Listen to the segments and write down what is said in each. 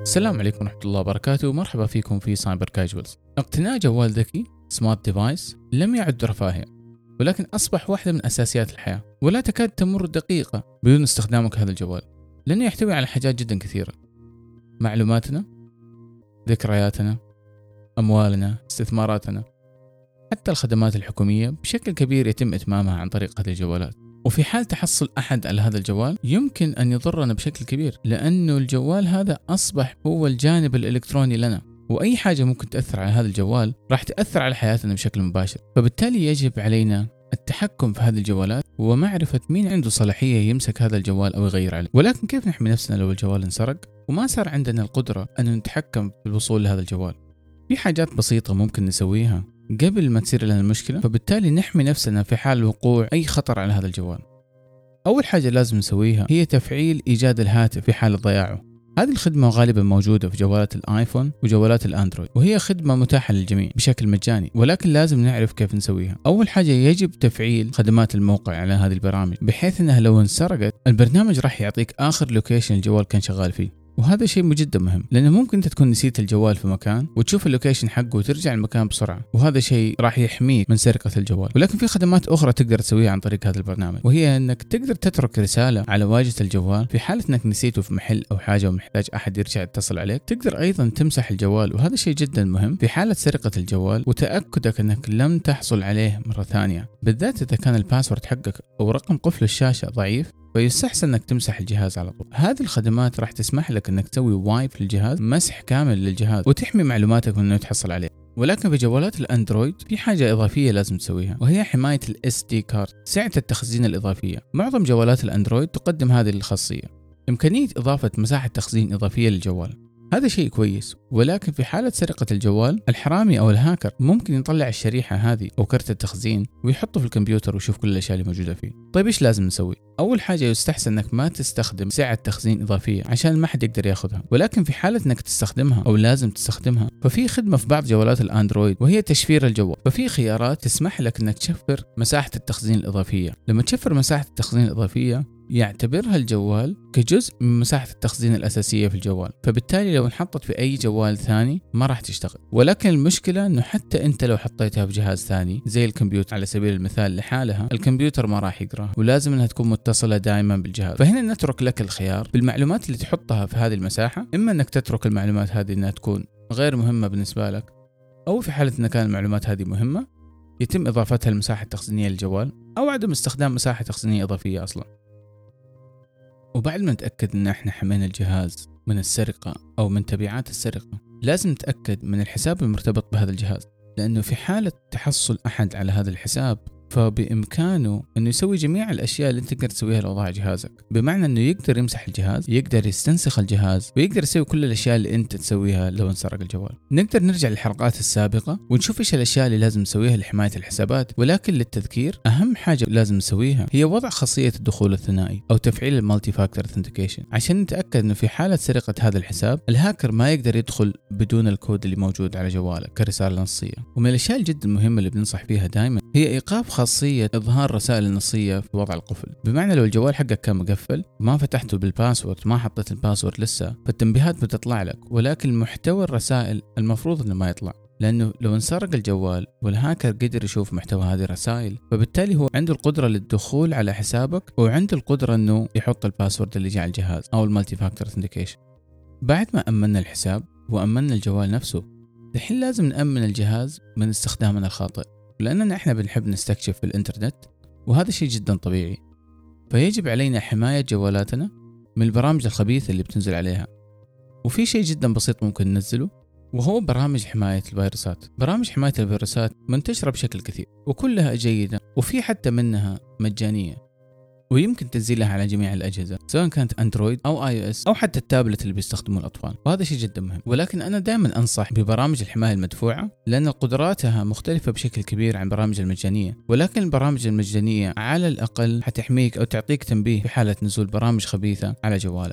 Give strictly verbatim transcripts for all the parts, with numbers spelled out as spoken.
السلام عليكم ورحمة الله وبركاته، مرحبا فيكم في سايبر كاجوالز. اقتناء جوال ذكي سمارت ديفايس لم يعد رفاهية، ولكن أصبح واحدة من أساسيات الحياة، ولا تكاد تمر دقيقة بدون استخدامك هذا الجوال، لأنه يحتوي على حاجات جدا كثيرة: معلوماتنا، ذكرياتنا، أموالنا، استثماراتنا، حتى الخدمات الحكومية بشكل كبير يتم إتمامها عن طريق هذه الجوالات. وفي حال تحصل أحد على هذا الجوال يمكن أن يضرنا بشكل كبير، لأنه الجوال هذا أصبح هو الجانب الإلكتروني لنا، وأي حاجة ممكن تأثر على هذا الجوال راح تأثر على حياتنا بشكل مباشر. فبالتالي يجب علينا التحكم في هذه الجوالات ومعرفة مين عنده صلاحية يمسك هذا الجوال أو يغير عليه. ولكن كيف نحمي نفسنا لو الجوال انسرق وما صار عندنا القدرة أن نتحكم في الوصول لهذا الجوال؟ في حاجات بسيطة ممكن نسويها قبل ما تصير لنا المشكلة، فبالتالي نحمي نفسنا في حال وقوع أي خطر على هذا الجوال. أول حاجة لازم نسويها هي تفعيل إيجاد الهاتف في حال ضياعه. هذه الخدمة غالبا موجودة في جوالات الآيفون وجوالات الأندرويد، وهي خدمة متاحة للجميع بشكل مجاني، ولكن لازم نعرف كيف نسويها. أول حاجة يجب تفعيل خدمات الموقع على هذه البرامج، بحيث أنها لو انسرقت البرنامج راح يعطيك آخر لوكيشن الجوال كان شغال فيه. وهذا شيء جدا مهم، لأنه ممكن أنت تكون نسيت الجوال في مكان وتشوف اللوكيشن حقه وترجع المكان بسرعة، وهذا شيء راح يحميك من سرقة الجوال. ولكن في خدمات أخرى تقدر تسويها عن طريق هذا البرنامج، وهي أنك تقدر تترك رسالة على واجهة الجوال في حالة أنك نسيته في محل أو حاجة ومحتاج أحد يرجع يتصل عليك. تقدر أيضا تمسح الجوال، وهذا شيء جدا مهم في حالة سرقة الجوال وتأكدك أنك لم تحصل عليه مرة ثانية، بالذات إذا كان الباسورد حقك أو رقم قفل الشاشة ضعيف، فيستحسن انك تمسح الجهاز على طول. هذه الخدمات راح تسمح لك انك تسوي وايب للجهاز، مسح كامل للجهاز، وتحمي معلوماتك من انه يتحصل عليه. ولكن في جوالات الاندرويد في حاجة اضافية لازم تسويها، وهي حماية الاس دي كارد، سعة التخزين الاضافية. معظم جوالات الاندرويد تقدم هذه الخاصية، امكانية اضافة مساحة تخزين اضافية للجوال. هذا شيء كويس، ولكن في حالة سرقة الجوال الحرامي أو الهاكر ممكن يطلع الشريحة هذه أو كرت التخزين ويحطه في الكمبيوتر ويشوف كل الأشياء اللي موجودة فيه. طيب إيش لازم نسوي؟ أول حاجة يستحسن أنك ما تستخدم سعة تخزين إضافية عشان ما حد يقدر ياخذها، ولكن في حالة أنك تستخدمها أو لازم تستخدمها ففي خدمة في بعض جوالات الأندرويد وهي تشفير الجوال. ففي خيارات تسمح لك أنك تشفر مساحة التخزين الإضافية. لما تشفر مساحة التخزين الإضافية يعتبرها الجوال كجزء من مساحة التخزين الأساسية في الجوال، فبالتالي لو انحطت في أي جوال ثاني ما راح تشتغل. ولكن المشكلة أنه حتى أنت لو حطيتها في جهاز ثاني زي الكمبيوتر على سبيل المثال لحالها، الكمبيوتر ما راح يقرأ، ولازم أنها تكون متصلة دائما بالجهاز. فهنا نترك لك الخيار بالمعلومات اللي تحطها في هذه المساحة، إما أنك تترك المعلومات هذه أنها تكون غير مهمة بالنسبة لك، أو في حالة أن كان المعلومات هذه مهمة يتم إضافتها للمساحة التخزينية للجوال، أو عدم استخدام مساحة تخزينية إضافية أصلا. وبعد ما نتأكد أن احنا حمينا الجهاز من السرقة أو من تبعات السرقة، لازم نتأكد من الحساب المرتبط بهذا الجهاز، لأنه في حالة تحصل أحد على هذا الحساب فبإمكانه أنه يسوي جميع الأشياء اللي تقدر تسويها لأوضاع جهازك، بمعنى أنه يقدر يمسح الجهاز، يقدر يستنسخ الجهاز، ويقدر يسوي كل الأشياء اللي أنت تسويها لو انسرق الجوال. نقدر نرجع للحلقات السابقة ونشوف إيش الأشياء اللي لازم نسويها لحماية الحسابات، ولكن للتذكير أهم حاجة لازم نسويها هي وضع خاصية الدخول الثنائي أو تفعيل المالتي فاكتور أوثنتيكيشن، عشان نتأكد أنه في حالة سرقة هذا الحساب الهاكر ما يقدر يدخل بدون الكود اللي موجود على جوالك كرسالة نصية. ومن الأشياء جدا المهمة اللي بننصح فيها دائما هي إيقاف خاصية إظهار رسائل النصية في وضع القفل، بمعنى لو الجوال حقك كان مقفل ما فتحته بالباسورد، ما حطيت الباسورد لسه، فالتنبيهات بتطلع لك، ولكن محتوى الرسائل المفروض إنه ما يطلع، لأنه لو انسرق الجوال والهاكر قدر يشوف محتوى هذه الرسائل فبالتالي هو عنده القدرة للدخول على حسابك وعنده القدرة إنه يحط الباسورد اللي جاء على الجهاز أو المالتي فاكتور أوثنتيكيشن. بعد ما أمنا الحساب وأمنا الجوال نفسه، الحين لازم نأمن الجهاز من استخدامنا الخاطئ، لأننا إحنا بنحب نستكشف في الإنترنت وهذا شيء جدا طبيعي، فيجب علينا حماية جوالاتنا من البرامج الخبيثة اللي بتنزل عليها. وفي شيء جدا بسيط ممكن ننزله، وهو برامج حماية الفيروسات. برامج حماية الفيروسات منتشرة بشكل كثير وكلها جيدة، وفي حتى منها مجانية ويمكن تنزيلها على جميع الأجهزة سواء كانت أندرويد أو آي أو إس أو حتى التابلت اللي بيستخدموه الأطفال، وهذا شيء جدا مهم. ولكن أنا دائما أنصح ببرامج الحماية المدفوعة لأن قدراتها مختلفة بشكل كبير عن برامج المجانية، ولكن البرامج المجانية على الأقل حتحميك أو تعطيك تنبيه في حالة نزول برامج خبيثة على جوالك.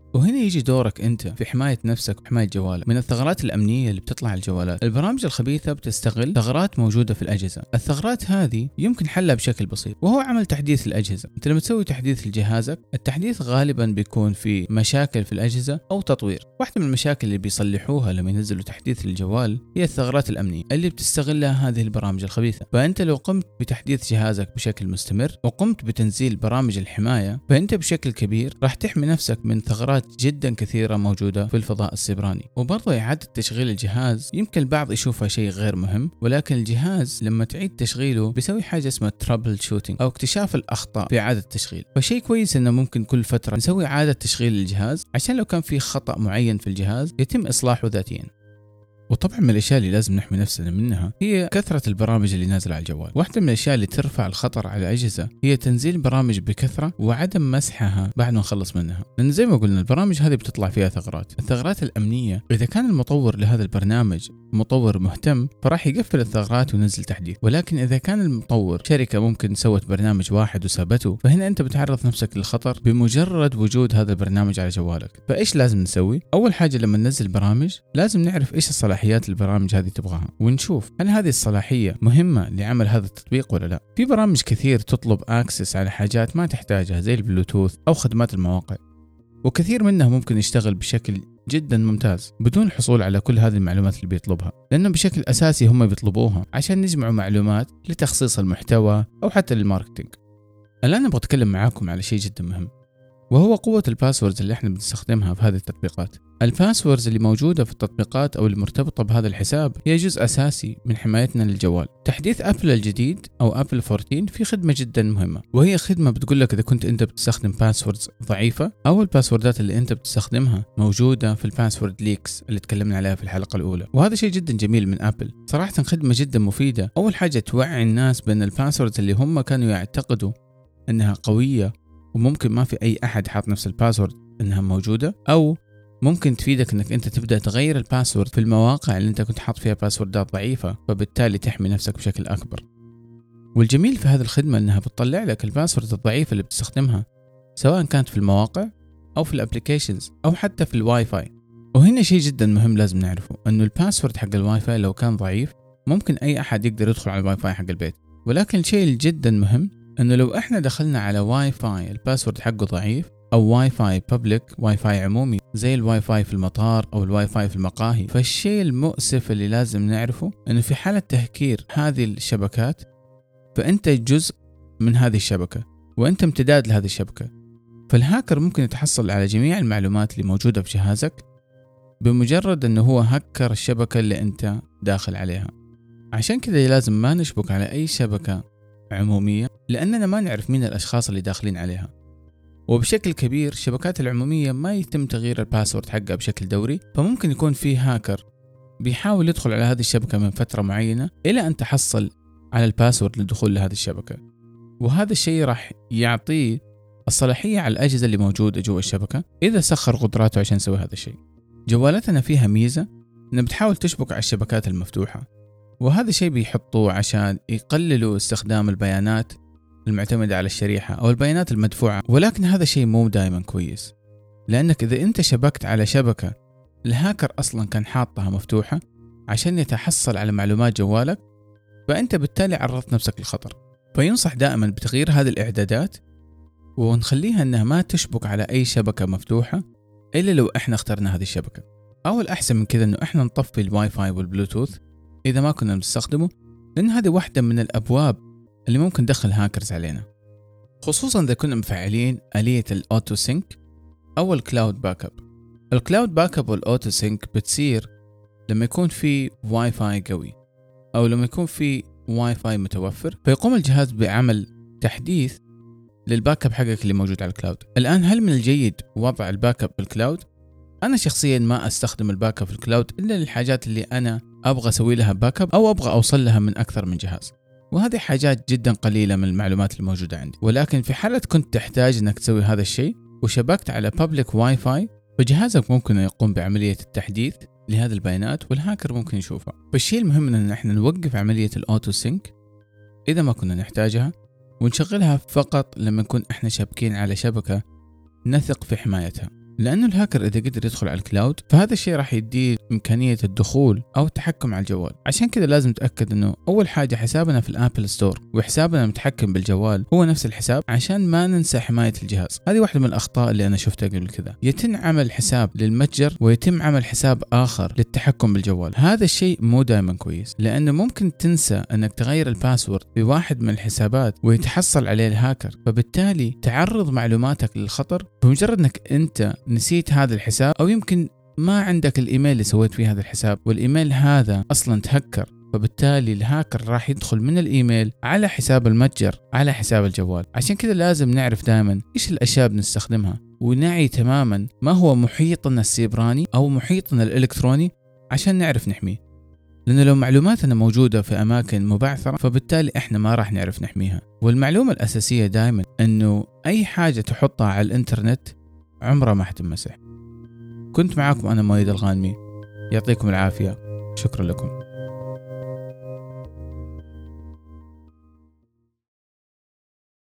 وهنا يجي دورك أنت في حماية نفسك وحماية جوالك من الثغرات الأمنية اللي بتطلع على الجوالات. البرامج الخبيثة بتستغل ثغرات موجودة في الأجهزة. الثغرات هذه يمكن حلها بشكل بسيط، وهو عمل تحديث الأجهزة. أنت لما تسوي تحديث لجهازك، التحديث غالبا بيكون في مشاكل في الأجهزة أو تطوير. واحدة من المشاكل اللي بيصلحوها لما ينزلوا تحديث للجوال هي الثغرات الأمنية اللي بتستغلها هذه البرامج الخبيثة. فأنت لو قمت بتحديث جهازك بشكل مستمر وقمت بتنزيل برامج الحماية، فأنت بشكل كبير راح تحمي نفسك من ثغرات جدا كثيرة موجودة في الفضاء السيبراني. وبرضه إعادة تشغيل الجهاز يمكن البعض يشوفها شيء غير مهم، ولكن الجهاز لما تعيد تشغيله بيسوي حاجة اسمها ترابل شوتينج أو اكتشاف الأخطاء في إعادة التشغيل. فشيء كويس إنه ممكن كل فترة نسوي إعادة تشغيل للجهاز عشان لو كان في خطأ معين في الجهاز يتم إصلاحه ذاتيا. وطبعا من الاشياء اللي لازم نحمي نفسنا منها هي كثره البرامج اللي نازله على الجوال. واحده من الاشياء اللي ترفع الخطر على الاجهزه هي تنزيل برامج بكثره وعدم مسحها بعد ما نخلص منها، لان زي ما قلنا البرامج هذه بتطلع فيها ثغرات. الثغرات الامنيه اذا كان المطور لهذا البرنامج مطور مهتم فراح يقفل الثغرات وينزل تحديث، ولكن اذا كان المطور شركه ممكن سوت برنامج واحد وسابته، فهنا انت بتعرض نفسك للخطر بمجرد وجود هذا البرنامج على جوالك. فايش لازم نسوي؟ اول حاجه لما ننزل برامج لازم نعرف ايش الصلاحيات البرامج هذه تبغاها، ونشوف هل هذه الصلاحيه مهمه لعمل هذا التطبيق ولا لا. في برامج كثير تطلب اكسس على حاجات ما تحتاجها زي البلوتوث او خدمات المواقع، وكثير منها ممكن يشتغل بشكل جدا ممتاز بدون الحصول على كل هذه المعلومات اللي بيطلبها، لأنه بشكل أساسي هم بيطلبوها عشان نجمعوا معلومات لتخصيص المحتوى أو حتى للماركتينج. الآن أبغى أتكلم معاكم على شيء جدا مهم، وهو قوة الباسوردز اللي احنا بنستخدمها في هذه التطبيقات. الباسوردز اللي موجودة في التطبيقات أو المرتبطة بهذا الحساب هي جزء أساسي من حمايتنا للجوال. تحديث أبل الجديد أو أبل أربعة عشر في خدمة جدا مهمة، وهي خدمة بتقول لك إذا كنت أنت بتستخدم باسوردز ضعيفة أو الباسوردات اللي أنت بتستخدمها موجودة في الباسورد ليكس اللي تكلمنا عليها في الحلقة الأولى. وهذا شيء جدا جميل من أبل، صراحة خدمة جدا مفيدة. أول حاجة توعي الناس بأن الباسوردز اللي هم كانوا يعتقدوا أنها قوية وممكن ما في أي أحد حاط نفس الباسورد أنها موجودة، أو ممكن تفيدك أنك أنت تبدأ تغير الباسورد في المواقع اللي أنت كنت حاط فيها باسوردات ضعيفة، فبالتالي تحمي نفسك بشكل أكبر. والجميل في هذه الخدمة أنها بتطلع لك الباسورد الضعيفة اللي بتستخدمها سواء كانت في المواقع أو في الابليكيشنز أو حتى في الواي فاي. وهنا شيء جدا مهم لازم نعرفه، أنه الباسورد حق الواي فاي لو كان ضعيف ممكن أي أحد يقدر يدخل على الواي فاي حق البيت، ولكن الشيء الجدا مهم أنه لو إحنا دخلنا على واي فاي الباسورد حقه ضعيف، أو واي فاي بابليك واي فاي عمومي زي الواي فاي في المطار أو الواي فاي في المقاهي، فالشيء المؤسف اللي لازم نعرفه أنه في حالة تهكير هذه الشبكات فأنت جزء من هذه الشبكة وأنت امتداد لهذه الشبكة. فالهاكر ممكن يتحصل على جميع المعلومات اللي موجودة في جهازك بمجرد أنه هو هكر الشبكة اللي أنت داخل عليها. عشان كذا لازم ما نشبك على أي شبكة عمومية، لأننا ما نعرف مين الأشخاص اللي داخلين عليها. وبشكل كبير الشبكات العمومية ما يتم تغيير الباسورد حقها بشكل دوري، فممكن يكون فيه هاكر بيحاول يدخل على هذه الشبكة من فترة معينة إلى أن تحصل على الباسورد للدخول لهذه الشبكة، وهذا الشيء راح يعطيه الصلاحية على الأجهزة اللي موجودة جوا الشبكة إذا سخر قدراته عشان يسوي هذا الشيء. جوالاتنا فيها ميزة إنها بتحاول تشبك على الشبكات المفتوحة، وهذا الشيء بيحطوه عشان يقللوا استخدام البيانات المعتمدة على الشريحة أو البيانات المدفوعة. ولكن هذا الشيء مو دائما كويس، لأنك إذا أنت شبكت على شبكة الهاكر أصلا كان حاطها مفتوحة عشان يتحصل على معلومات جوالك، فأنت بالتالي عرضت نفسك للخطر. فينصح دائما بتغيير هذه الإعدادات ونخليها أنها ما تشبك على أي شبكة مفتوحة إلا لو إحنا اخترنا هذه الشبكة. أو الأحسن من كذا أنه إحنا نطفي الواي فاي والبلوتوث إذا ما كنا نستخدمه، لأن هذه واحدة من الأبواب اللي ممكن دخل هاكرز علينا، خصوصا إذا كنا مفعلين آلية الأوتو سينك أو الكلاود باك اب. الكلاود باك اب والأوتو سينك بتصير لما يكون في واي فاي قوي أو لما يكون في واي فاي متوفر، فيقوم الجهاز بعمل تحديث للباك اب حقك اللي موجود على الكلاود. الآن هل من الجيد وضع الباك اب بالكلاود؟ أنا شخصيا ما أستخدم الباك اب في الكلاود إلا للحاجات اللي أنا أبغى أسوي لها باك اب أو أبغى أوصل لها من أكثر من جهاز، وهذه حاجات جدا قليلة من المعلومات الموجودة عندي. ولكن في حالة كنت تحتاج أنك تسوي هذا الشيء وشبكت على بابليك واي فاي، فجهازك ممكن يقوم بعملية التحديث لهذه البيانات والهاكر ممكن يشوفها. فالشيء المهم أن احنا نوقف عملية الأوتو سينك إذا ما كنا نحتاجها، ونشغلها فقط لما نكون احنا شابكين على شبكة نثق في حمايتها. لأنه الهاكر إذا قدر يدخل على الكلاود فهذا الشيء راح يديه إمكانية الدخول أو التحكم على الجوال. عشان كذا لازم نتأكد أنه أول حاجة حسابنا في الآبل ستور وحسابنا المتحكم بالجوال هو نفس الحساب عشان ما ننسى حماية الجهاز. هذه واحدة من الأخطاء اللي أنا شفتها قبل كذا، يتم عمل حساب للمتجر ويتم عمل حساب آخر للتحكم بالجوال. هذا الشيء مو دائما كويس، لأنه ممكن تنسى أنك تغير الباسورد في واحد من الحسابات ويتحصل عليه الهاكر، فبالتالي تعرض معلوماتك للخطر بمجرد أنك أنت نسيت هذا الحساب، أو يمكن ما عندك الإيميل اللي سويت فيه هذا الحساب والإيميل هذا أصلا تهكر، فبالتالي الهاكر راح يدخل من الإيميل على حساب المتجر على حساب الجوال. عشان كذا لازم نعرف دائما إيش الأشياء بنستخدمها ونعي تماما ما هو محيطنا السيبراني أو محيطنا الإلكتروني عشان نعرف نحميه، لأنه لو معلوماتنا موجودة في أماكن مبعثرة فبالتالي إحنا ما راح نعرف نحميها. والمعلومة الأساسية دائما أنه أي حاجة تحطها على الإنترنت عمرها ما حتمسح. كنت معاكم أنا مؤيد الغانمي، يعطيكم العافية، شكرا لكم.